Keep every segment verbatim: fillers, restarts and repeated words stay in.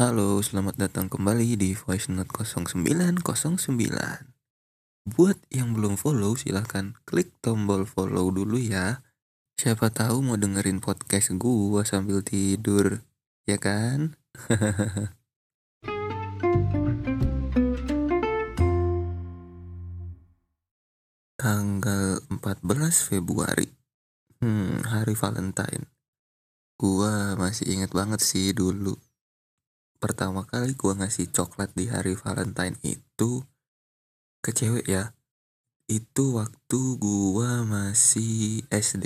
Halo, selamat datang kembali di Voice Note nol sembilan nol sembilan. Buat yang belum follow, silahkan klik tombol follow dulu ya. Siapa tahu mau dengerin podcast gua sambil tidur, ya kan? Tanggal empat belas Februari, hmm, hari Valentine. Gua masih inget banget sih dulu. Pertama kali gua ngasih coklat di hari Valentine itu ke cewek ya. Itu waktu gua masih S D.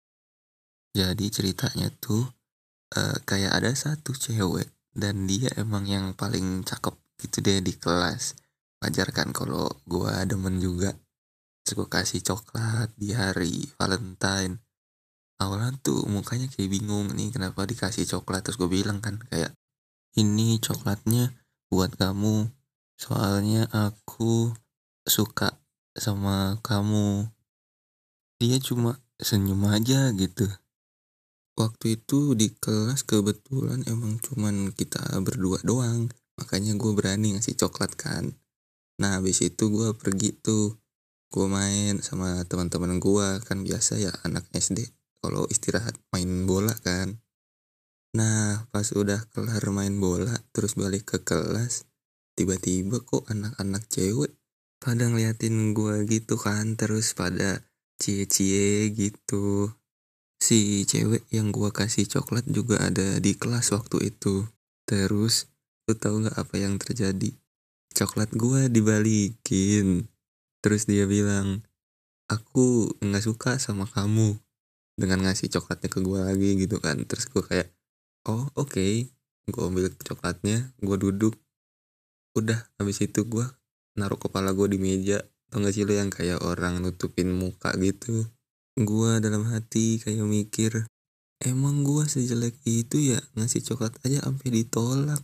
Jadi ceritanya tuh eh, kayak ada satu cewek dan dia emang yang paling cakep gitu deh di kelas. Wajar kan kalau gua demen juga. Terus gua kasih coklat di hari Valentine. Awalnya tuh mukanya kayak bingung nih kenapa dikasih coklat. Terus gue bilang kan kayak, ini coklatnya buat kamu. Soalnya aku suka sama kamu. Dia cuma senyum aja gitu. Waktu itu di kelas kebetulan emang cuman kita berdua doang. Makanya gue berani ngasih coklat kan. Nah habis itu gue pergi tuh. Gue main sama teman-teman gue. Kan biasa ya anak S D kalau istirahat main bola kan. Nah pas udah kelar main bola terus balik ke kelas, tiba-tiba kok anak-anak cewek pada ngeliatin gue gitu kan. Terus pada cie-cie gitu. Si cewek yang gua kasih coklat juga ada di kelas waktu itu. Terus, lu tahu nggak apa yang terjadi? Coklat gua dibalikin. Terus dia bilang, aku nggak suka sama kamu. Dengan ngasih coklatnya ke gua lagi gitu kan. Terus gua kayak, oh oke. Okay. Gua ambil coklatnya, gua duduk. Udah, habis itu gua naruh kepala gua di meja. Tau gak sih lu yang kayak orang nutupin muka gitu? Gua dalam hati kayak mikir, emang gua sejelek itu ya ngasih coklat aja sampai ditolak.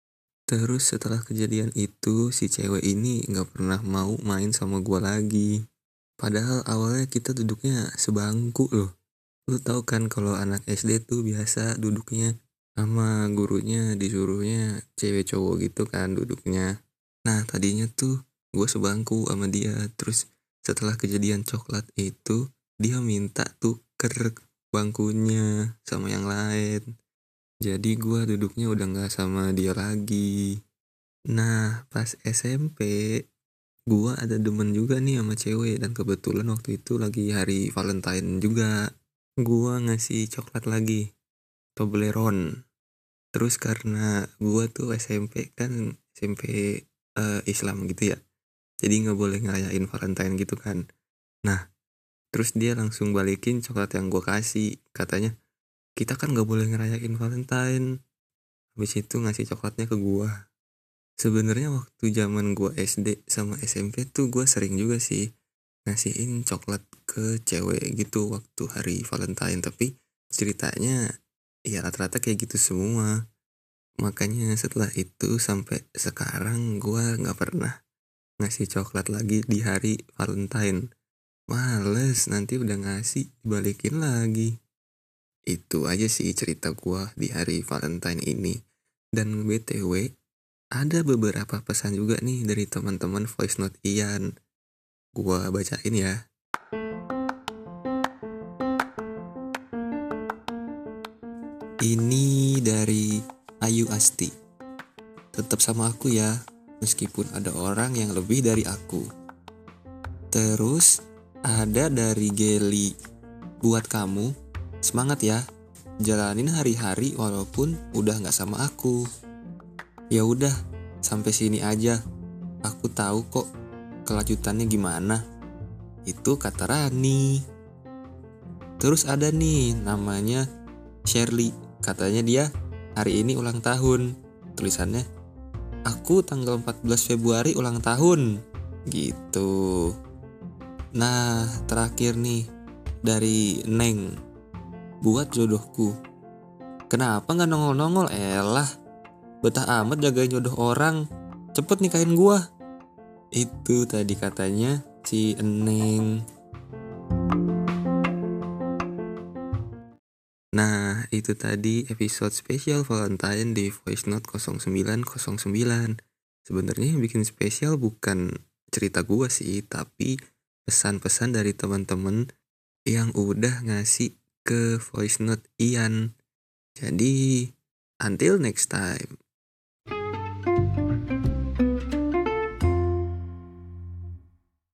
Terus setelah kejadian itu si cewek ini gak pernah mau main sama gua lagi. Padahal awalnya kita duduknya sebangku loh. Lu tahu kan kalau anak S D tuh biasa duduknya sama gurunya disuruhnya cewek cowok gitu kan duduknya. Nah tadinya tuh gue sebangku sama dia. Terus setelah kejadian coklat itu dia minta tuker bangkunya sama yang lain. Jadi gue duduknya udah gak sama dia lagi. Nah pas S M P gue ada demen juga nih sama cewek. Dan kebetulan waktu itu lagi hari Valentine juga. Gue ngasih coklat lagi, Toblerone. Terus karena gue tuh S M P kan S M P uh, Islam gitu ya. Jadi gak boleh ngerayain Valentine gitu kan. Nah terus dia langsung balikin coklat yang gue kasih. Katanya, kita kan gak boleh ngerayain Valentine. Habis itu ngasih coklatnya ke gue. Sebenarnya waktu zaman gue S D sama S M P tuh gue sering juga sih ngasihin coklat ke cewek gitu waktu hari Valentine. Tapi ceritanya ya rata-rata kayak gitu semua. Makanya setelah itu sampai sekarang gue gak pernah ngasih coklat lagi di hari Valentine. Males, nanti udah ngasih dibalikin lagi. Itu aja sih cerita gue di hari Valentine ini. Dan B T W ada beberapa pesan juga nih dari teman-teman voice note Ian. Gue bacain ya. Ini dari Ayu Asti. Tetap sama aku ya, meskipun ada orang yang lebih dari aku. Terus ada dari Geli. Buat kamu, semangat ya. Jalanin hari-hari walaupun udah gak sama aku. Ya udah, sampai sini aja. Aku tahu kok kelanjutannya gimana. Itu kata Rani. Terus ada nih namanya Shirley. Katanya dia hari ini ulang tahun. Tulisannya, aku tanggal empat belas Februari ulang tahun. Gitu. Nah terakhir nih dari Neng. Buat jodohku, kenapa gak nongol-nongol? Elah, betah amat jagain jodoh orang. Cepet nikahin gua. Itu tadi katanya si Neng. Nah itu tadi episode spesial Valentine di Voice Note nol sembilan nol sembilan. Sebenarnya yang bikin spesial bukan cerita gua sih, tapi pesan-pesan dari teman-teman yang udah ngasih ke Voice Note Ian. Jadi, until next time.